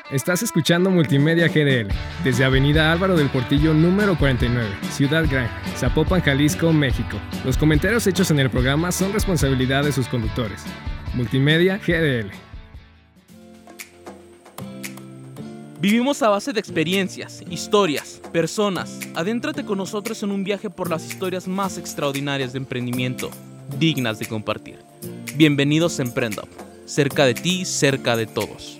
Estás escuchando Multimedia GDL, desde Avenida Álvaro del Portillo número 49, Ciudad Gran, Zapopan, Jalisco, México. Los comentarios hechos en el programa son responsabilidad de sus conductores. Multimedia GDL. Vivimos a base de experiencias, historias, personas. Adéntrate con nosotros en un viaje por las historias más extraordinarias de emprendimiento, dignas de compartir. Bienvenidos a Emprendo, cerca de ti, cerca de todos.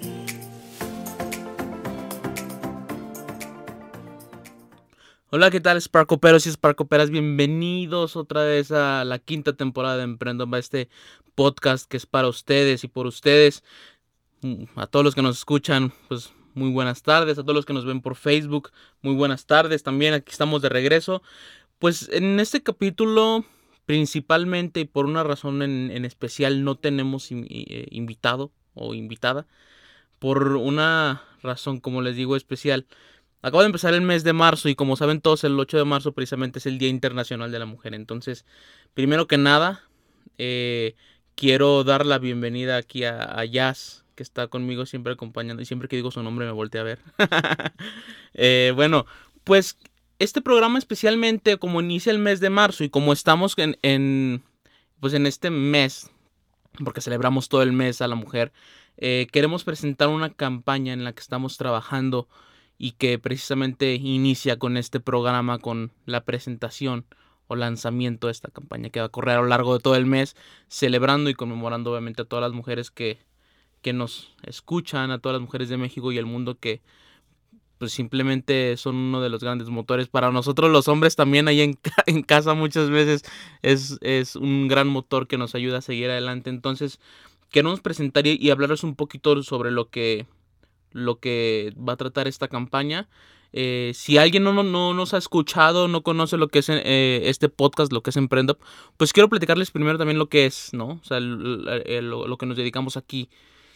Hola, ¿qué tal, Sparkoperos y Sparkoperas? Bienvenidos otra vez a la quinta temporada de Emprendo, este podcast que es para ustedes y por ustedes. A todos los que nos escuchan, pues muy buenas tardes. A todos los que nos ven por Facebook, muy buenas tardes. También aquí estamos de regreso. Pues en este capítulo, principalmente y por una razón en especial, no tenemos invitado o invitada. Por una razón, como les digo, especial. Acaba de empezar el mes de marzo y como saben todos, el 8 de marzo precisamente es el Día Internacional de la Mujer. Entonces, primero que nada, quiero dar la bienvenida aquí a Jazz, que está conmigo siempre acompañando. Y siempre que digo su nombre me voltea a ver. Bueno, pues este programa especialmente como inicia el mes de marzo y como estamos en este mes, porque celebramos todo el mes a la mujer, queremos presentar una campaña en la que estamos trabajando y que precisamente inicia con este programa, con la presentación o lanzamiento de esta campaña que va a correr a lo largo de todo el mes, celebrando y conmemorando obviamente a todas las mujeres que nos escuchan, a todas las mujeres de México y el mundo que pues simplemente son uno de los grandes motores. Para nosotros los hombres también ahí en casa muchas veces es un gran motor que nos ayuda a seguir adelante. Entonces queremos presentar y hablaros un poquito sobre lo que va a tratar esta campaña. Si alguien no nos ha escuchado, no conoce lo que es este podcast, lo que es Emprendo, pues quiero platicarles primero también lo que es, ¿no? O sea, lo que nos dedicamos aquí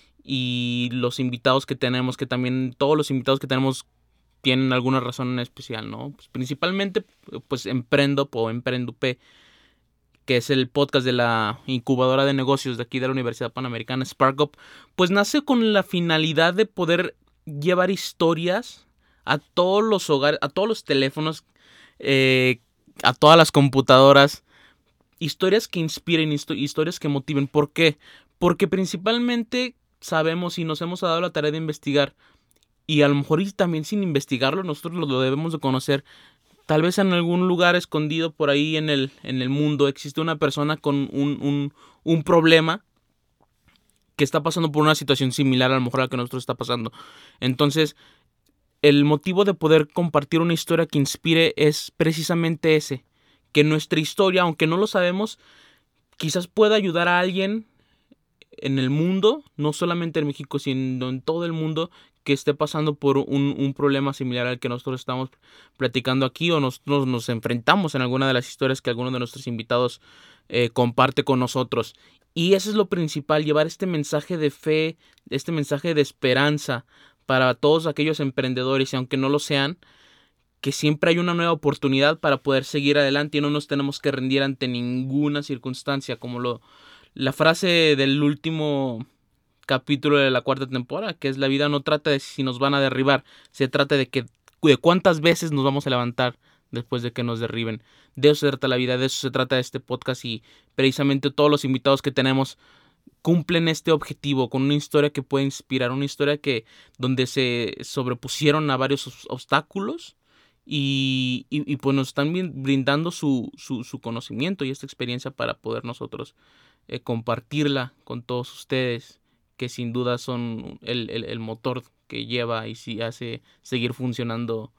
y los invitados que tenemos, que también todos los invitados que tenemos tienen alguna razón en especial, ¿no? Pues principalmente, pues Emprendo o Emprendupe, que es el podcast de la incubadora de negocios de aquí de la Universidad Panamericana, SparkUp, pues nace con la finalidad de poder llevar historias a todos los hogares, a todos los teléfonos, a todas las computadoras, historias que inspiren, historias que motiven. ¿Por qué? Porque principalmente sabemos y nos hemos dado la tarea de investigar, y a lo mejor y también sin investigarlo, nosotros lo debemos de conocer. Tal vez en algún lugar escondido por ahí en el mundo existe una persona con un problema que está pasando por una situación similar a lo mejor a la que nosotros está pasando. Entonces, el motivo de poder compartir una historia que inspire es precisamente ese, que nuestra historia, aunque no lo sabemos, quizás pueda ayudar a alguien en el mundo, no solamente en México, sino en todo el mundo, que esté pasando por un problema similar al que nosotros estamos platicando aquí, o nosotros nos enfrentamos en alguna de las historias que alguno de nuestros invitados comparte con nosotros. Y eso es lo principal, llevar este mensaje de fe, este mensaje de esperanza para todos aquellos emprendedores, y aunque no lo sean, que siempre hay una nueva oportunidad para poder seguir adelante y no nos tenemos que rendir ante ninguna circunstancia, como la frase del último capítulo de la cuarta temporada, que es: la vida no trata de si nos van a derribar, se trata de cuántas veces nos vamos a levantar después de que nos derriben. De eso se trata la vida, de eso se trata este podcast, y precisamente todos los invitados que tenemos cumplen este objetivo con una historia que puede inspirar, una historia donde se sobrepusieron a varios obstáculos y pues nos están brindando su conocimiento y esta experiencia para poder nosotros compartirla con todos ustedes, que sin duda son el motor que lleva y sí hace seguir funcionando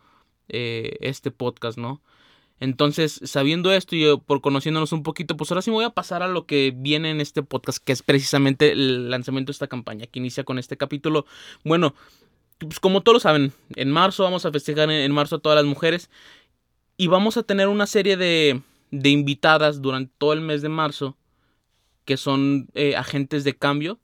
este podcast, ¿no? Entonces, sabiendo esto y por conociéndonos un poquito, pues ahora sí me voy a pasar a lo que viene en este podcast, que es precisamente el lanzamiento de esta campaña, que inicia con este capítulo. Bueno, pues como todos lo saben, en marzo vamos a festejar en marzo a todas las mujeres, y vamos a tener una serie de invitadas durante todo el mes de marzo, que son agentes de cambio,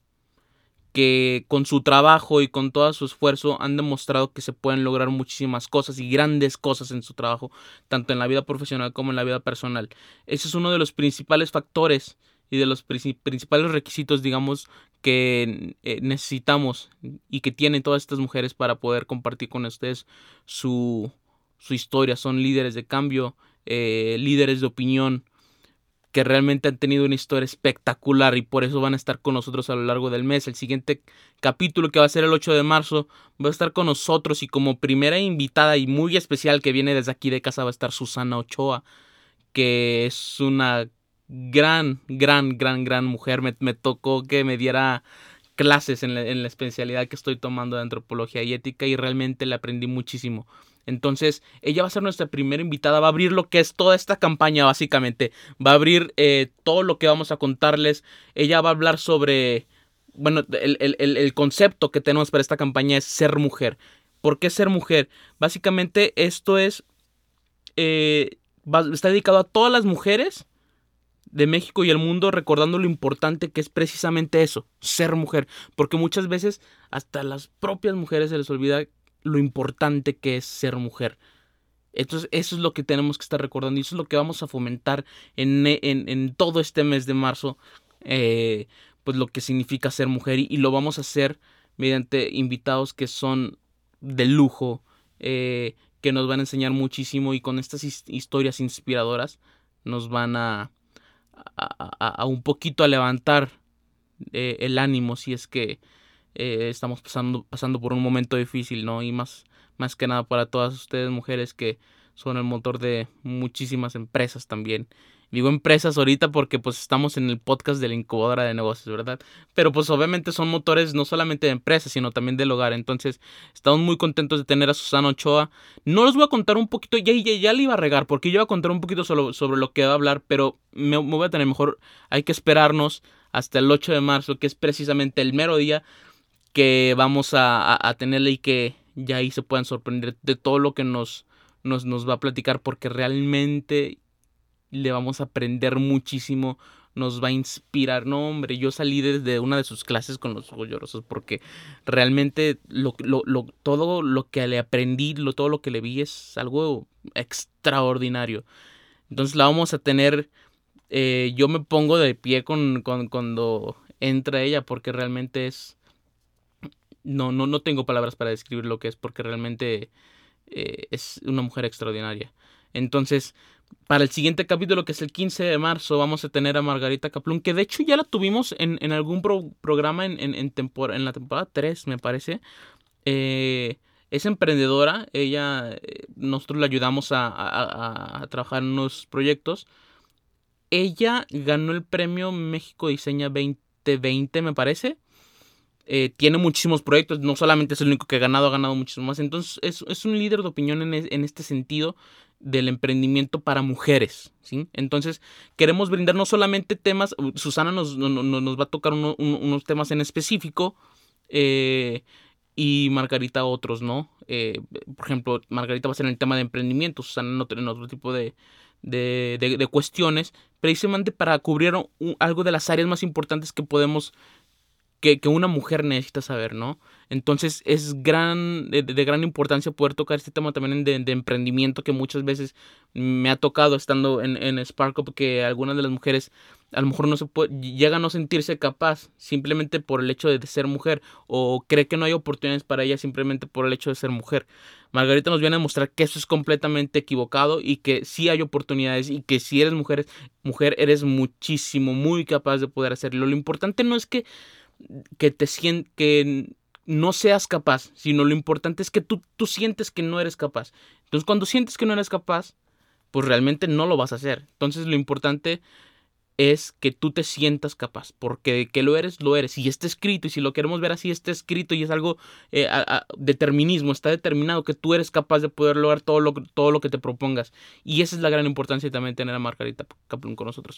que con su trabajo y con todo su esfuerzo han demostrado que se pueden lograr muchísimas cosas y grandes cosas en su trabajo, tanto en la vida profesional como en la vida personal. Ese es uno de los principales factores de los principales requisitos, digamos, que necesitamos y que tienen todas estas mujeres para poder compartir con ustedes su historia. Son líderes de cambio, líderes de opinión, que realmente han tenido una historia espectacular y por eso van a estar con nosotros a lo largo del mes. El siguiente capítulo, que va a ser el 8 de marzo, va a estar con nosotros, y como primera invitada y muy especial que viene desde aquí de casa va a estar Susana Ochoa, que es una gran mujer. Me tocó que me diera clases en la especialidad que estoy tomando de antropología y ética, y realmente le aprendí muchísimo. Entonces, ella va a ser nuestra primera invitada, va a abrir lo que es toda esta campaña básicamente, va a abrir todo lo que vamos a contarles. Ella va a hablar sobre, bueno, el concepto que tenemos para esta campaña es ser mujer. ¿Por qué ser mujer? Básicamente esto es, está dedicado a todas las mujeres de México y el mundo, recordando lo importante que es precisamente eso, ser mujer, porque muchas veces hasta a las propias mujeres se les olvida lo importante que es ser mujer. Entonces, eso es lo que tenemos que estar recordando, y eso es lo que vamos a fomentar en todo este mes de marzo, pues lo que significa ser mujer, y lo vamos a hacer mediante invitados que son de lujo, que nos van a enseñar muchísimo, y con estas historias inspiradoras nos van a un poquito a levantar el ánimo, si es que estamos pasando por un momento difícil, ¿no? Y más que nada para todas ustedes, mujeres, que son el motor de muchísimas empresas también. Digo empresas ahorita porque pues estamos en el podcast de la incubadora de negocios, ¿verdad? Pero pues obviamente son motores no solamente de empresas, sino también del hogar. Entonces estamos muy contentos de tener a Susana Ochoa. No les voy a contar un poquito, ya le iba a regar, porque yo iba a contar un poquito sobre lo que va a hablar, pero me voy a tener mejor. Hay que esperarnos hasta el 8 de marzo, que es precisamente el mero día que vamos a tenerle, y que ya ahí se puedan sorprender de todo lo que nos va a platicar, porque realmente le vamos a aprender muchísimo, nos va a inspirar. No, hombre, yo salí desde una de sus clases con los ojos llorosos, porque realmente todo lo que le aprendí, todo lo que le vi es algo extraordinario. Entonces la vamos a tener, yo me pongo de pie cuando entra ella, porque realmente es... No tengo palabras para describir lo que es, porque realmente es una mujer extraordinaria. Entonces, para el siguiente capítulo, que es el 15 de marzo, vamos a tener a Margarita Kaplún, que de hecho ya la tuvimos en algún programa en la temporada 3, me parece. Es emprendedora, ella, nosotros le ayudamos a trabajar en unos proyectos. Ella ganó el premio México Diseña 2020, me parece. Tiene muchísimos proyectos, no solamente es el único que ha ganado muchísimos más. Entonces es un líder de opinión en este sentido del emprendimiento para mujeres, ¿sí? Entonces queremos brindar no solamente temas, Susana nos va a tocar unos temas en específico, y Margarita otros, ¿no? Por ejemplo, Margarita va a ser en el tema de emprendimiento, Susana en otro tipo de cuestiones, precisamente para cubrir algo de las áreas más importantes que podemos, que una mujer necesita saber, ¿no? Entonces es de gran importancia poder tocar este tema también de emprendimiento, que muchas veces me ha tocado estando en Spark Up, que algunas de las mujeres a lo mejor llega a no sentirse capaz simplemente por el hecho de ser mujer, o cree que no hay oportunidades para ella simplemente por el hecho de ser mujer. Margarita nos viene a demostrar que eso es completamente equivocado, y que sí hay oportunidades, y que si eres mujer eres muy capaz de poder hacerlo. Lo importante no es que no seas capaz, sino lo importante es que tú sientes que no eres capaz. Entonces, cuando sientes que no eres capaz, pues realmente no lo vas a hacer. Entonces, lo importante es que tú te sientas capaz, porque de que lo eres, y está escrito, y si lo queremos ver así, está escrito, y es algo determinismo, está determinado que tú eres capaz de poder lograr todo lo que te propongas. Y esa es la gran importancia, y también tener a Margarita Kaplún con nosotros.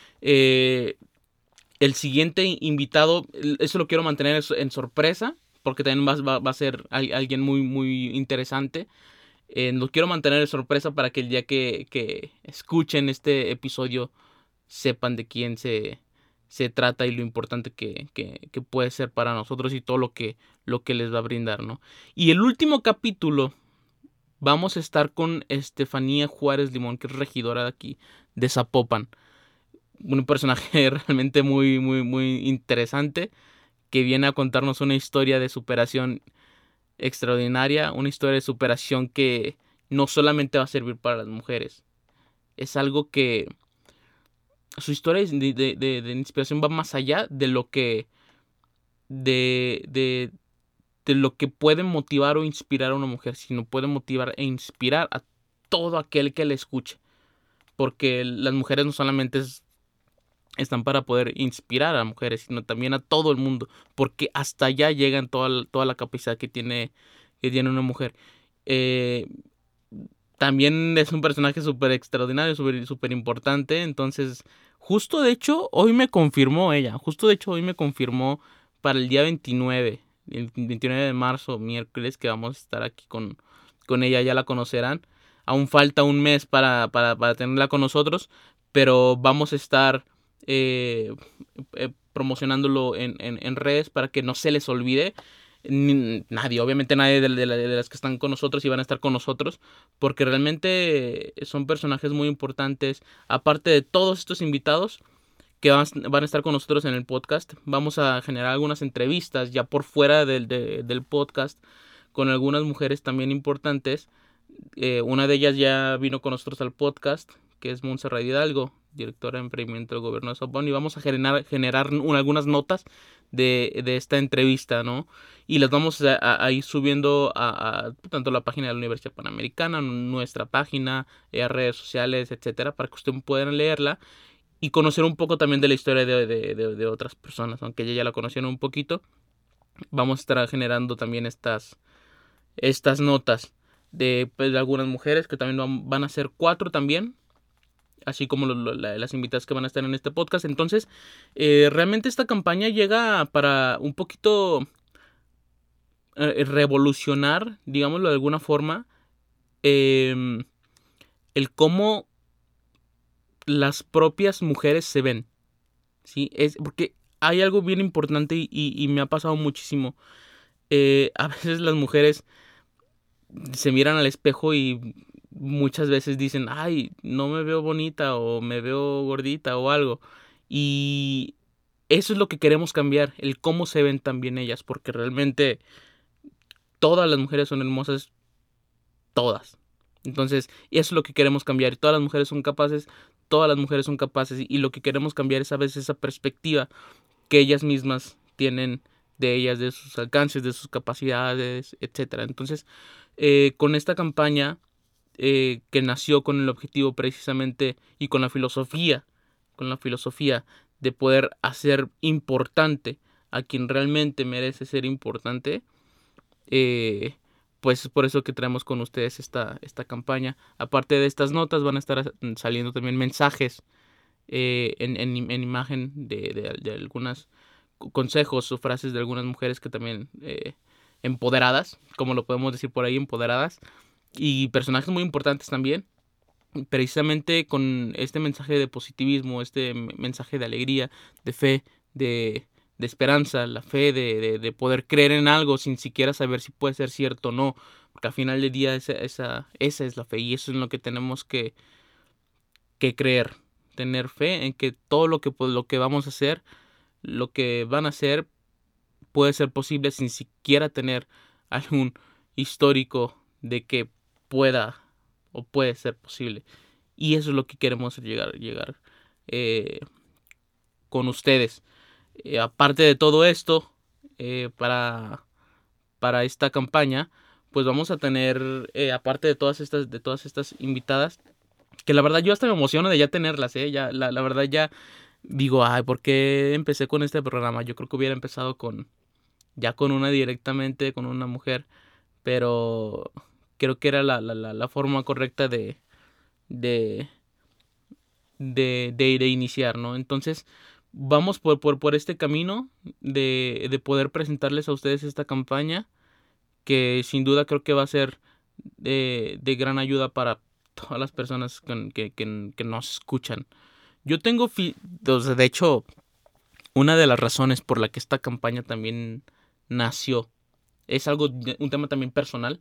El siguiente invitado, eso lo quiero mantener en sorpresa, porque también va a ser alguien muy interesante. Lo quiero mantener en sorpresa para que el día que escuchen este episodio sepan de quién se trata, y lo importante que puede ser para nosotros, y todo lo que les va a brindar, ¿no? Y el último capítulo vamos a estar con Estefanía Juárez Limón, que es regidora de aquí, de Zapopan. un personaje realmente muy, muy, muy interesante, que viene a contarnos una historia de superación extraordinaria, una historia de superación que no solamente va a servir para las mujeres, es algo que su historia de inspiración va más allá de lo que de, de, de lo que puede motivar o inspirar a una mujer, sino puede motivar e inspirar a todo aquel que le escuche, porque las mujeres no solamente están para poder inspirar a mujeres, sino también a todo el mundo, porque hasta allá llegan toda la capacidad que tiene una mujer. Eh, También es un personaje súper extraordinario, súper importante, entonces, justo de hecho, hoy me confirmó ella, para el día 29, el 29 de marzo, miércoles, que vamos a estar aquí con ella, ya la conocerán. Aún falta un mes para tenerla con nosotros, pero vamos a estar promocionándolo en redes para que no se les olvide. Nadie, obviamente nadie de las que están con nosotros y van a estar con nosotros, porque realmente son personajes muy importantes. Aparte de todos estos invitados que van a estar con nosotros en el podcast, vamos a generar algunas entrevistas ya por fuera del podcast con algunas mujeres también importantes. Una de ellas ya vino con nosotros al podcast, que es Montserrat Hidalgo, directora de emprendimiento del gobierno de Sao Paulo, y vamos a generar algunas notas de esta entrevista, ¿no? Y las vamos a ir subiendo a tanto la página de la Universidad Panamericana, nuestra página, a redes sociales, etcétera, para que ustedes puedan leerla y conocer un poco también de la historia de otras personas, aunque ella ya la conocieron un poquito. Vamos a estar generando también estas notas pues, de algunas mujeres, que también van a ser 4 también, así como las invitadas que van a estar en este podcast. Entonces, realmente esta campaña llega para un poquito revolucionar, digámoslo de alguna forma, el cómo las propias mujeres se ven, ¿sí? Es porque hay algo bien importante y me ha pasado muchísimo. A veces las mujeres se miran al espejo y muchas veces dicen, ay, no me veo bonita o me veo gordita o algo. Y eso es lo que queremos cambiar, el cómo se ven también ellas, porque realmente todas las mujeres son hermosas, todas. Entonces, eso es lo que queremos cambiar. Y todas las mujeres son capaces, y lo que queremos cambiar es a veces esa perspectiva que ellas mismas tienen de ellas, de sus alcances, de sus capacidades, etcétera. Entonces, con esta campaña que nació con el objetivo precisamente y con la filosofía de poder hacer importante a quien realmente merece ser importante, pues por eso que traemos con ustedes esta campaña. Aparte de estas notas, van a estar saliendo también mensajes en imagen de algunas consejos o frases de algunas mujeres que también empoderadas, como lo podemos decir por ahí, empoderadas, y personajes muy importantes también, precisamente con este mensaje de positivismo, este mensaje de alegría, de fe, de esperanza, la fe de poder creer en algo sin siquiera saber si puede ser cierto o no, porque al final del día esa es la fe, y eso es en lo que tenemos que creer, tener fe en que todo lo que vamos a hacer, lo que van a hacer, puede ser posible sin siquiera tener algún histórico de que pueda o puede ser posible. Y eso es lo que queremos llegar con ustedes. Aparte de todo esto, para esta campaña, pues vamos a tener, aparte de todas estas invitadas, que la verdad yo hasta me emociono de ya tenerlas, ya, la verdad ya digo, ay, ¿por qué empecé con este programa? Yo creo que hubiera empezado con una directamente, con una mujer, pero creo que era la forma correcta de, de iniciar, ¿no? Entonces, vamos por este camino de poder presentarles a ustedes esta campaña, que sin duda creo que va a ser de gran ayuda para todas las personas que nos escuchan. Yo tengo, de hecho, una de las razones por la que esta campaña también nació es un tema también personal.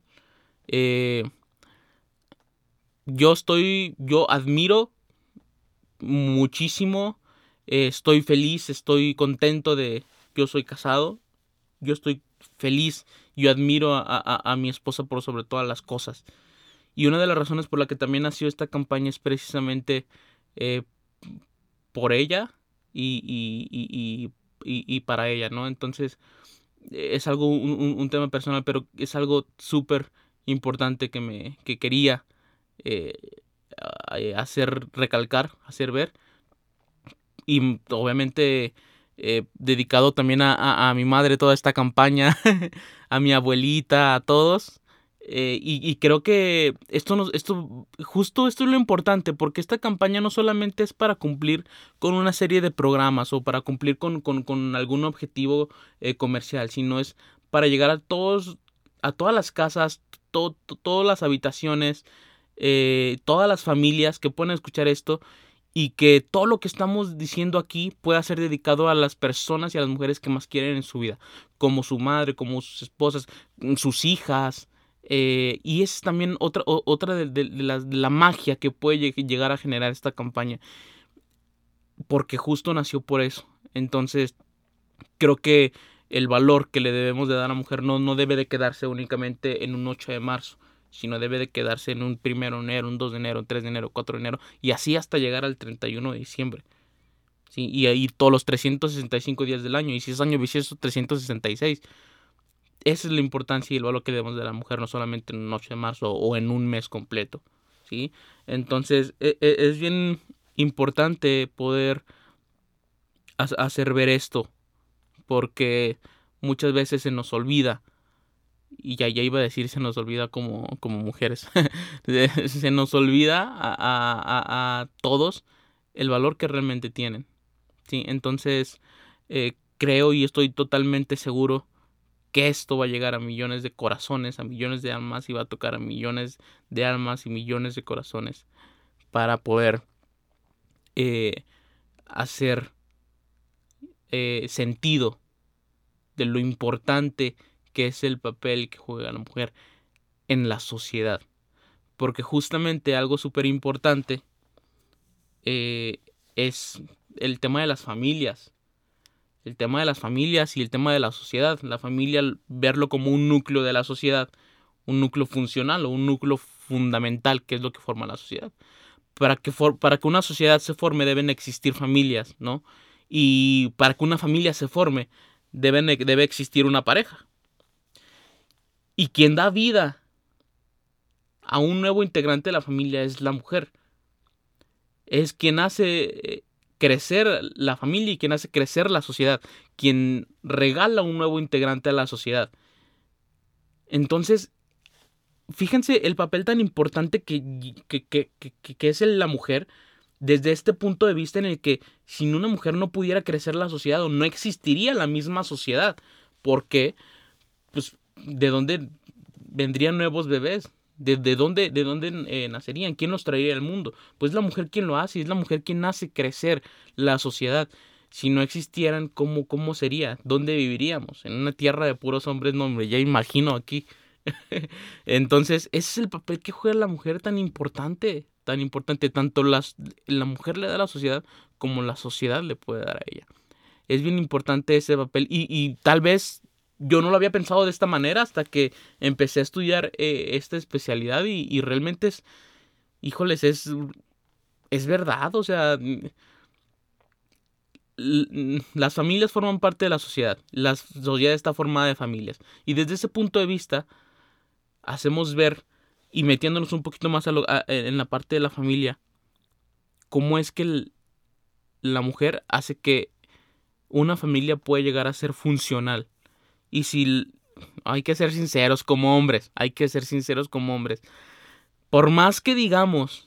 Yo admiro muchísimo Estoy feliz, estoy contento de... Yo soy casado, yo estoy feliz, yo admiro a mi esposa por sobre todas las cosas. Y una de las razones por la que también nació esta campaña es precisamente eh, por ella y para ella, ¿no? Entonces es algo, un tema personal, pero es algo súper importante que quería eh, hacer recalcar, hacer ver. Y obviamente dedicado también a mi madre toda esta campaña, a mi abuelita, a todos. Y creo que justo esto es lo importante, porque esta campaña no solamente es para cumplir con una serie de programas o para cumplir con algún objetivo comercial, sino es para llegar a todas las casas, todas las habitaciones, todas las familias que puedan escuchar esto y que todo lo que estamos diciendo aquí pueda ser dedicado a las personas y a las mujeres que más quieren en su vida, como su madre, como sus esposas, sus hijas. Y esa es también otra de la magia que puede llegar a generar esta campaña, porque justo nació por eso. Entonces, creo que el valor que le debemos de dar a la mujer no debe de quedarse únicamente en un 8 de marzo, sino debe de quedarse en un 1 de enero, un 2 de enero, un 3 de enero, 4 de enero, y así hasta llegar al 31 de diciembre. ¿Sí? Y ahí todos los 365 días del año, y si es año bisiesto, 366. Esa es la importancia y el valor que debemos de la mujer, no solamente en un 8 de marzo o en un mes completo. ¿Sí? Entonces, es bien importante poder hacer ver esto, porque muchas veces se nos olvida, y ya iba a decir se nos olvida como mujeres, se nos olvida a todos el valor que realmente tienen. ¿Sí? Entonces, creo y estoy totalmente seguro que esto va a llegar a millones de corazones, a millones de almas, y va a tocar a millones de almas y millones de corazones para poder hacer sentido de lo importante que es el papel que juega la mujer en la sociedad. Porque justamente algo súper importante es el tema de las familias. El tema de las familias y el tema de la sociedad. La familia, verlo como un núcleo de la sociedad, un núcleo funcional o un núcleo fundamental, que es lo que forma la sociedad. Para que una sociedad se forme deben existir familias, ¿no? Y para que una familia se forme debe existir una pareja. Y quien da vida a un nuevo integrante de la familia es la mujer. Es quien hace crecer la familia y quien hace crecer la sociedad. Quien regala un nuevo integrante a la sociedad. Entonces, fíjense el papel tan importante que es la mujer desde este punto de vista en el que sin una mujer no pudiera crecer la sociedad o no existiría la misma sociedad. Porque, pues, ¿de dónde vendrían nuevos bebés? ¿De dónde nacerían? ¿Quién los traería al mundo? Pues la mujer quien lo hace, es la mujer quien hace crecer la sociedad. Si no existieran, ¿cómo sería? ¿Dónde viviríamos? ¿En una tierra de puros hombres? No, hombre, ya imagino aquí. Entonces, ese es el papel que juega la mujer tan importante. Tan importante. Tanto la mujer le da a la sociedad como la sociedad le puede dar a ella. Es bien importante ese papel y tal vez yo no lo había pensado de esta manera hasta que empecé a estudiar esta especialidad y realmente híjoles, es verdad, o sea, las familias forman parte de la sociedad, la sociedad está formada de familias y desde ese punto de vista hacemos ver y metiéndonos un poquito más en la parte de la familia, cómo es que la mujer hace que una familia puede llegar a ser funcional. Y si hay que ser sinceros como hombres, por más que digamos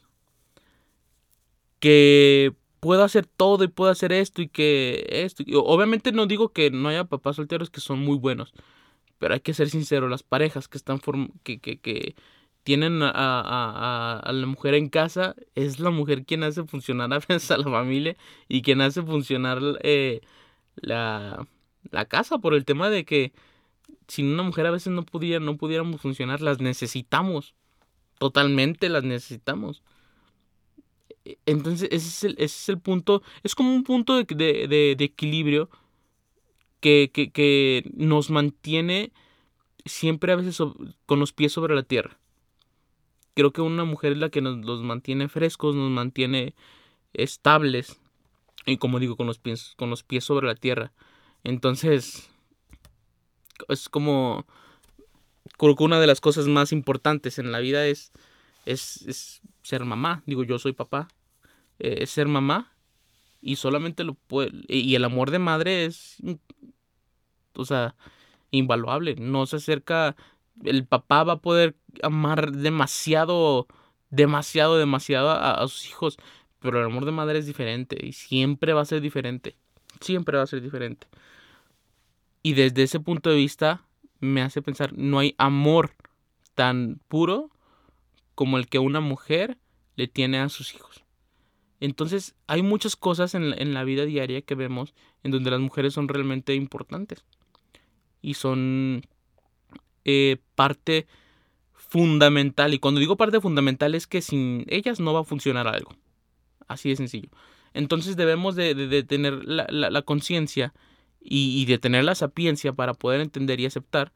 que puedo hacer todo y puedo hacer esto y que esto, obviamente no digo que no haya papás solteros que son muy buenos, pero hay que ser sinceros, las parejas que están que tienen a la mujer en casa, es la mujer quien hace funcionar a veces a la familia y quien hace funcionar la casa, por el tema de que sin una mujer a veces no pudiéramos funcionar. Las necesitamos, totalmente las necesitamos. Entonces ese es el punto, es como un punto de equilibrio que nos mantiene siempre a veces con los pies sobre la tierra. Creo que una mujer es la que los mantiene frescos, nos mantiene estables, y como digo, con los pies sobre la tierra. Entonces, es como, creo que una de las cosas más importantes en la vida es ser mamá. Digo, yo soy papá. Es ser mamá, y solamente lo puede, y el amor de madre es, o sea, invaluable. No se acerca, el papá va a poder amar demasiado, demasiado, demasiado a sus hijos, pero el amor de madre es diferente y siempre va a ser diferente. Siempre va a ser diferente. Y desde ese punto de vista me hace pensar, no hay amor tan puro como el que una mujer le tiene a sus hijos. Entonces hay muchas cosas en la vida diaria que vemos en donde las mujeres son realmente importantes y son parte fundamental. Y cuando digo parte fundamental es que sin ellas no va a funcionar algo. Así de sencillo. Entonces debemos de tener la conciencia y de tener la sapiencia para poder entender y aceptar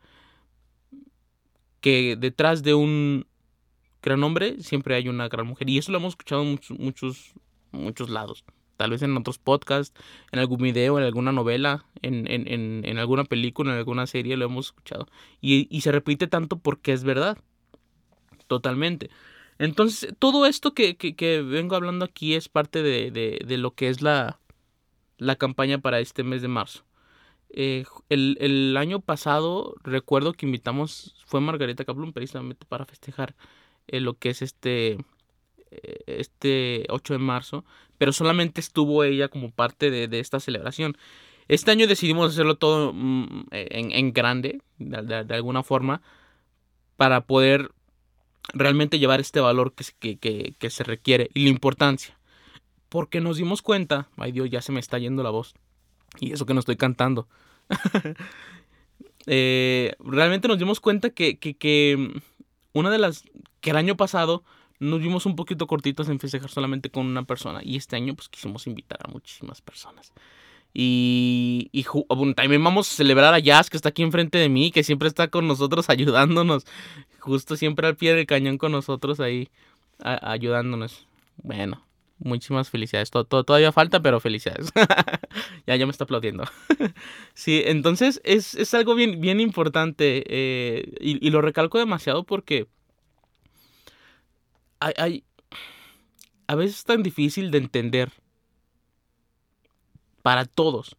que detrás de un gran hombre siempre hay una gran mujer. Y eso lo hemos escuchado en muchos lados. Tal vez en otros podcasts, en algún video, en alguna novela, en alguna película, en alguna serie lo hemos escuchado. Y se repite tanto porque es verdad. Totalmente. Entonces, todo esto que vengo hablando aquí es parte de lo que es la campaña para este mes de marzo. El año pasado recuerdo que fue Margarita Kaplun precisamente para festejar lo que es este 8 de marzo, pero solamente estuvo ella como parte de esta celebración. Este año decidimos hacerlo todo en grande, de alguna forma, para poder realmente llevar este valor que se requiere y la importancia. Porque nos dimos cuenta, ay Dios, ya se me está yendo la voz, y eso que no estoy cantando. Realmente nos dimos cuenta que una de las que el año pasado nos vimos un poquito cortitos en festejar solamente con una persona, y este año pues quisimos invitar a muchísimas personas. Bueno, también vamos a celebrar a Jazz, que está aquí enfrente de mí, que siempre está con nosotros ayudándonos, justo siempre al pie del cañón con nosotros ahí ayudándonos. Bueno, muchísimas felicidades. Todavía falta, pero felicidades. Ya me está aplaudiendo. Sí, entonces es algo bien, bien importante, y lo recalco demasiado porque a veces es tan difícil de entender para todos.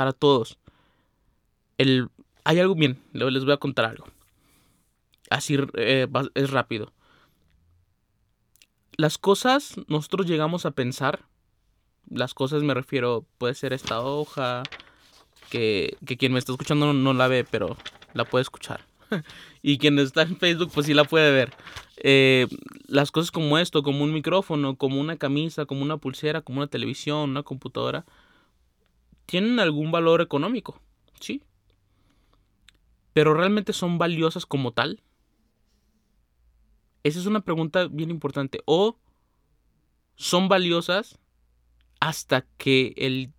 Hay algo bien, les voy a contar algo. Así es rápido. Las cosas, nosotros llegamos a pensar, las cosas me refiero, puede ser esta hoja, que quien me está escuchando no la ve, pero la puede escuchar. Y quien está en Facebook, pues sí la puede ver. Las cosas como esto, como un micrófono, como una camisa, como una pulsera, como una televisión, una computadora, tienen algún valor económico, sí. ¿Pero realmente son valiosas como tal? Esa es una pregunta bien importante. ¿O son valiosas hasta que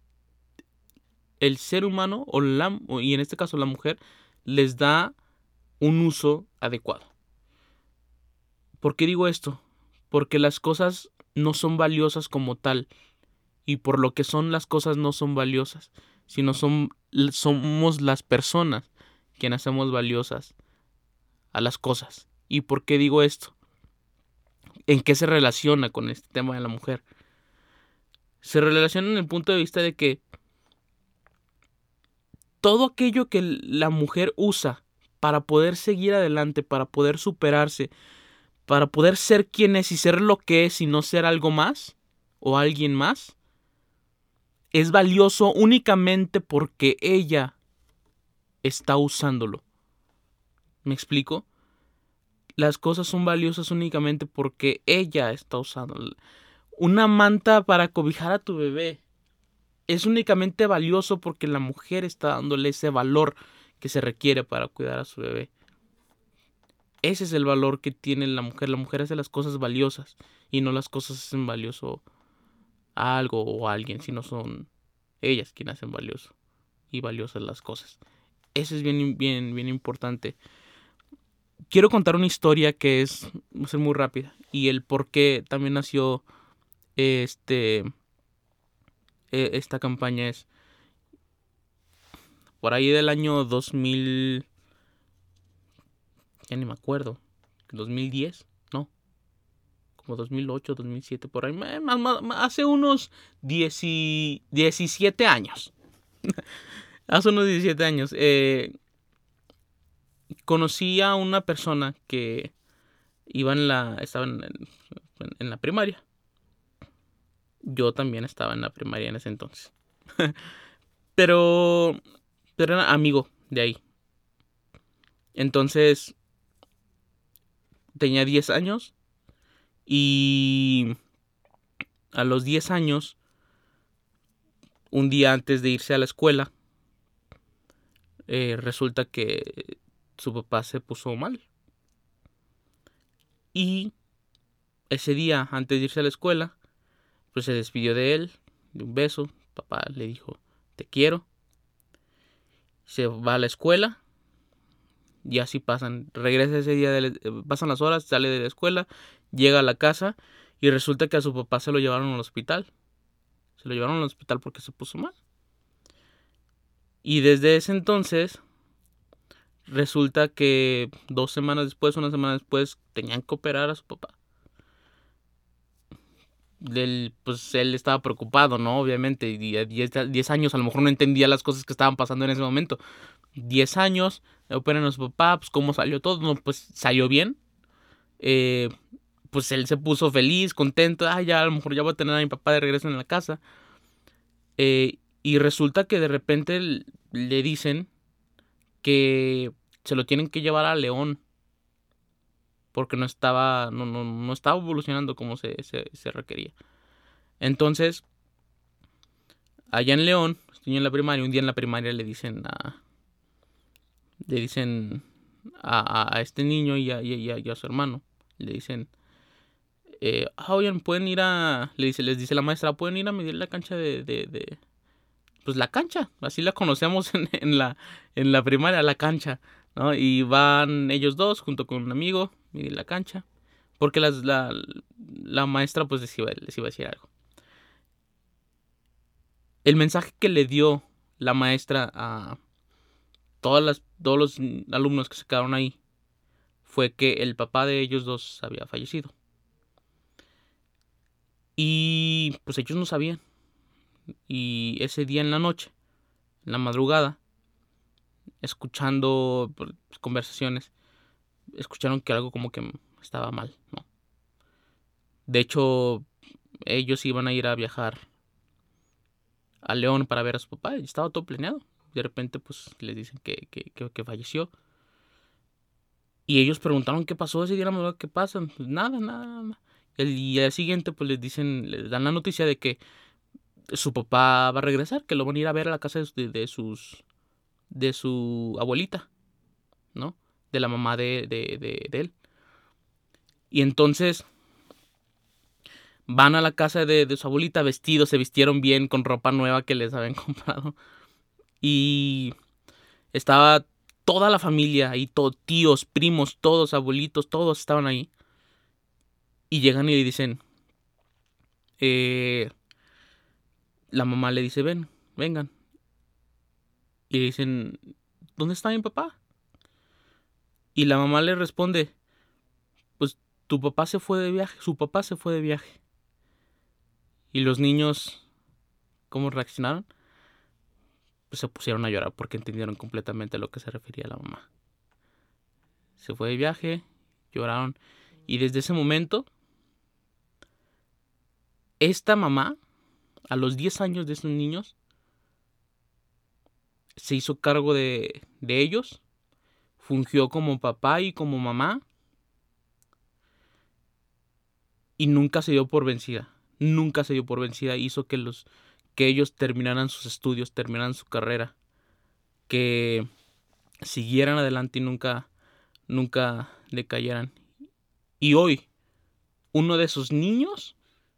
el ser humano, y en este caso la mujer, les da un uso adecuado? ¿Por qué digo esto? Porque las cosas no son valiosas como tal. Y por lo que son las cosas no son valiosas, sino somos las personas quienes hacemos valiosas a las cosas. ¿Y por qué digo esto? ¿En qué se relaciona con este tema de la mujer? Se relaciona en el punto de vista de que todo aquello que la mujer usa para poder seguir adelante, para poder superarse, para poder ser quien es y ser lo que es y no ser algo más o alguien más, es valioso únicamente porque ella está usándolo. ¿Me explico? Las cosas son valiosas únicamente porque ella está usándolo. Una manta para cobijar a tu bebé es únicamente valioso porque la mujer está dándole ese valor que se requiere para cuidar a su bebé. Ese es el valor que tiene la mujer. La mujer hace las cosas valiosas y no las cosas hacen valioso a algo o a alguien, sino son ellas quienes hacen valioso y valiosas las cosas. Eso es bien, bien, bien importante. Quiero contar una historia que va a ser muy rápida, y el por qué también nació esta campaña es por ahí del año 2000, ya ni me acuerdo, 2010, no, como 2008, 2007, por ahí, hace unos 17 años. Hace unos 17 años. Conocí a una persona que estaba en la primaria. Yo también estaba en la primaria en ese entonces. pero era amigo de ahí. Entonces, tenía 10 años. Y a los 10 años, un día antes de irse a la escuela, resulta que su papá se puso mal. Y ese día, antes de irse a la escuela, pues se despidió de él, de un beso. Papá le dijo, te quiero. Se va a la escuela. Y así regresa ese día, pasan las horas, sale de la escuela, llega a la casa y resulta que a su papá se lo llevaron al hospital. Se lo llevaron al hospital porque se puso mal. Y desde ese entonces, resulta que una semana después, tenían que operar a su papá. Pues él estaba preocupado, ¿no? Obviamente, y a 10 años a lo mejor no entendía las cosas que estaban pasando en ese momento. 10 años, operan a su papá, pues cómo salió todo, no, pues salió bien. Pues él se puso feliz, contento, ya a lo mejor ya voy a tener a mi papá de regreso en la casa. Y resulta que de repente le dicen que se lo tienen que llevar a León, porque no estaba evolucionando como se requería. Entonces, allá en León, estoy en la primaria, un día en la primaria le dicen a este niño y a su hermano, le dicen, oigan, pueden ir les dice la maestra, pueden ir a medir la cancha pues la cancha, así la conocemos en la primaria, la cancha, ¿no? Y van ellos dos junto con un amigo, medir la cancha, porque la maestra pues les iba a decir algo. El mensaje que le dio la maestra a todos los alumnos que se quedaron ahí fue que el papá de ellos dos había fallecido. Y pues ellos no sabían. Y ese día en la noche, en la madrugada, escuchando conversaciones, escucharon que algo como que estaba mal, ¿no? De hecho, ellos iban a ir a viajar a León para ver a su papá y estaba todo planeado. De repente, pues, les dicen que falleció. Y ellos preguntaron qué pasó ese día, la madrugada, ¿qué pasa? Pues nada. El día siguiente, pues, les dan la noticia de que su papá va a regresar, que lo van a ir a ver a la casa de su abuelita, ¿no? De la mamá de él. Y entonces van a la casa de su abuelita vestidos, se vistieron bien con ropa nueva que les habían comprado. Y estaba toda la familia ahí, tíos, primos, todos, abuelitos, todos estaban ahí. Y llegan y le dicen, la mamá le dice, vengan. Y le dicen, ¿dónde está mi papá? Y la mamá le responde, pues tu papá se fue de viaje, su papá se fue de viaje. Y los niños, ¿cómo reaccionaron? Pues se pusieron a llorar porque entendieron completamente a lo que se refería la mamá. Se fue de viaje, lloraron. Y desde ese momento, esta mamá, a los 10 años de esos niños, se hizo cargo de ellos, fungió como papá y como mamá, y nunca se dio por vencida. Hizo que ellos terminaran sus estudios, terminaran su carrera, que siguieran adelante y nunca decayeran. Y hoy, uno de esos niños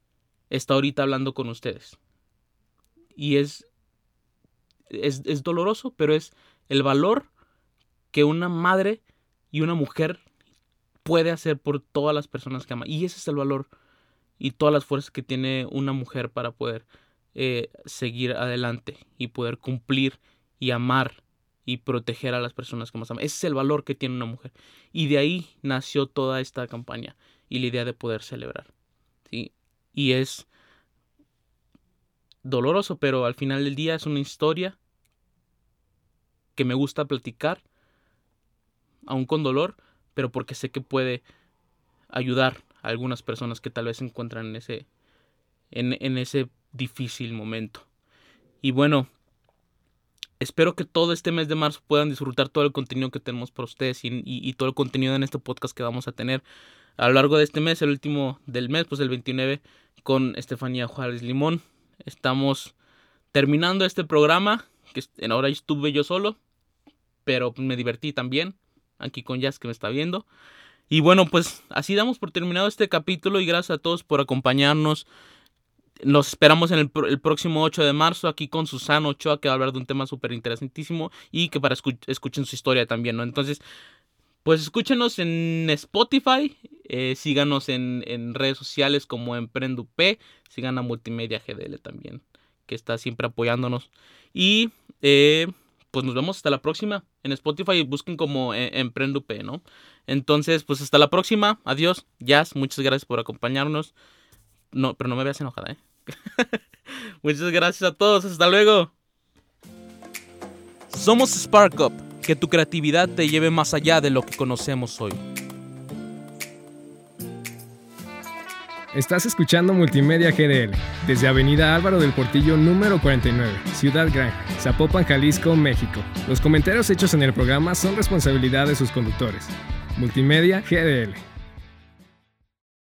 está ahorita hablando con ustedes. Y es doloroso, pero es el valor que una madre y una mujer puede hacer por todas las personas que ama. Y ese es el valor y todas las fuerzas que tiene una mujer para poder seguir adelante y poder cumplir y amar y proteger a las personas que más aman. Ese es el valor que tiene una mujer. Y de ahí nació toda esta campaña y la idea de poder celebrar, ¿sí? Y es doloroso, pero al final del día es una historia que me gusta platicar, aún con dolor, pero porque sé que puede ayudar a algunas personas que tal vez se encuentran en ese difícil momento. Y bueno, espero que todo este mes de marzo puedan disfrutar todo el contenido que tenemos para ustedes y todo el contenido en este podcast que vamos a tener a lo largo de este mes, el último del mes, pues el 29, con Estefanía Juárez Limón. Estamos terminando este programa, que ahora estuve yo solo, pero me divertí también, aquí con Jazz que me está viendo. Y bueno, pues así damos por terminado este capítulo y gracias a todos por acompañarnos. Nos esperamos en el próximo 8 de marzo aquí con Susana Ochoa, que va a hablar de un tema súper interesantísimo y que para escuchen su historia también, ¿no? Entonces, pues escúchenos en Spotify, síganos en redes sociales como Emprendu P, sigan a Multimedia GDL también, que está siempre apoyándonos. Y pues nos vemos hasta la próxima en Spotify, busquen como Emprendu P, ¿no? Entonces, pues hasta la próxima, adiós, Jazz, muchas gracias por acompañarnos. No, pero no me veas enojada, Muchas gracias a todos, hasta luego. Somos Spark Up, que tu creatividad te lleve más allá de lo que conocemos hoy. Estás escuchando Multimedia GDL, desde Avenida Álvaro del Portillo número 49, Ciudad Gran, Zapopan, Jalisco, México. Los comentarios hechos en el programa son responsabilidad de sus conductores. Multimedia GDL.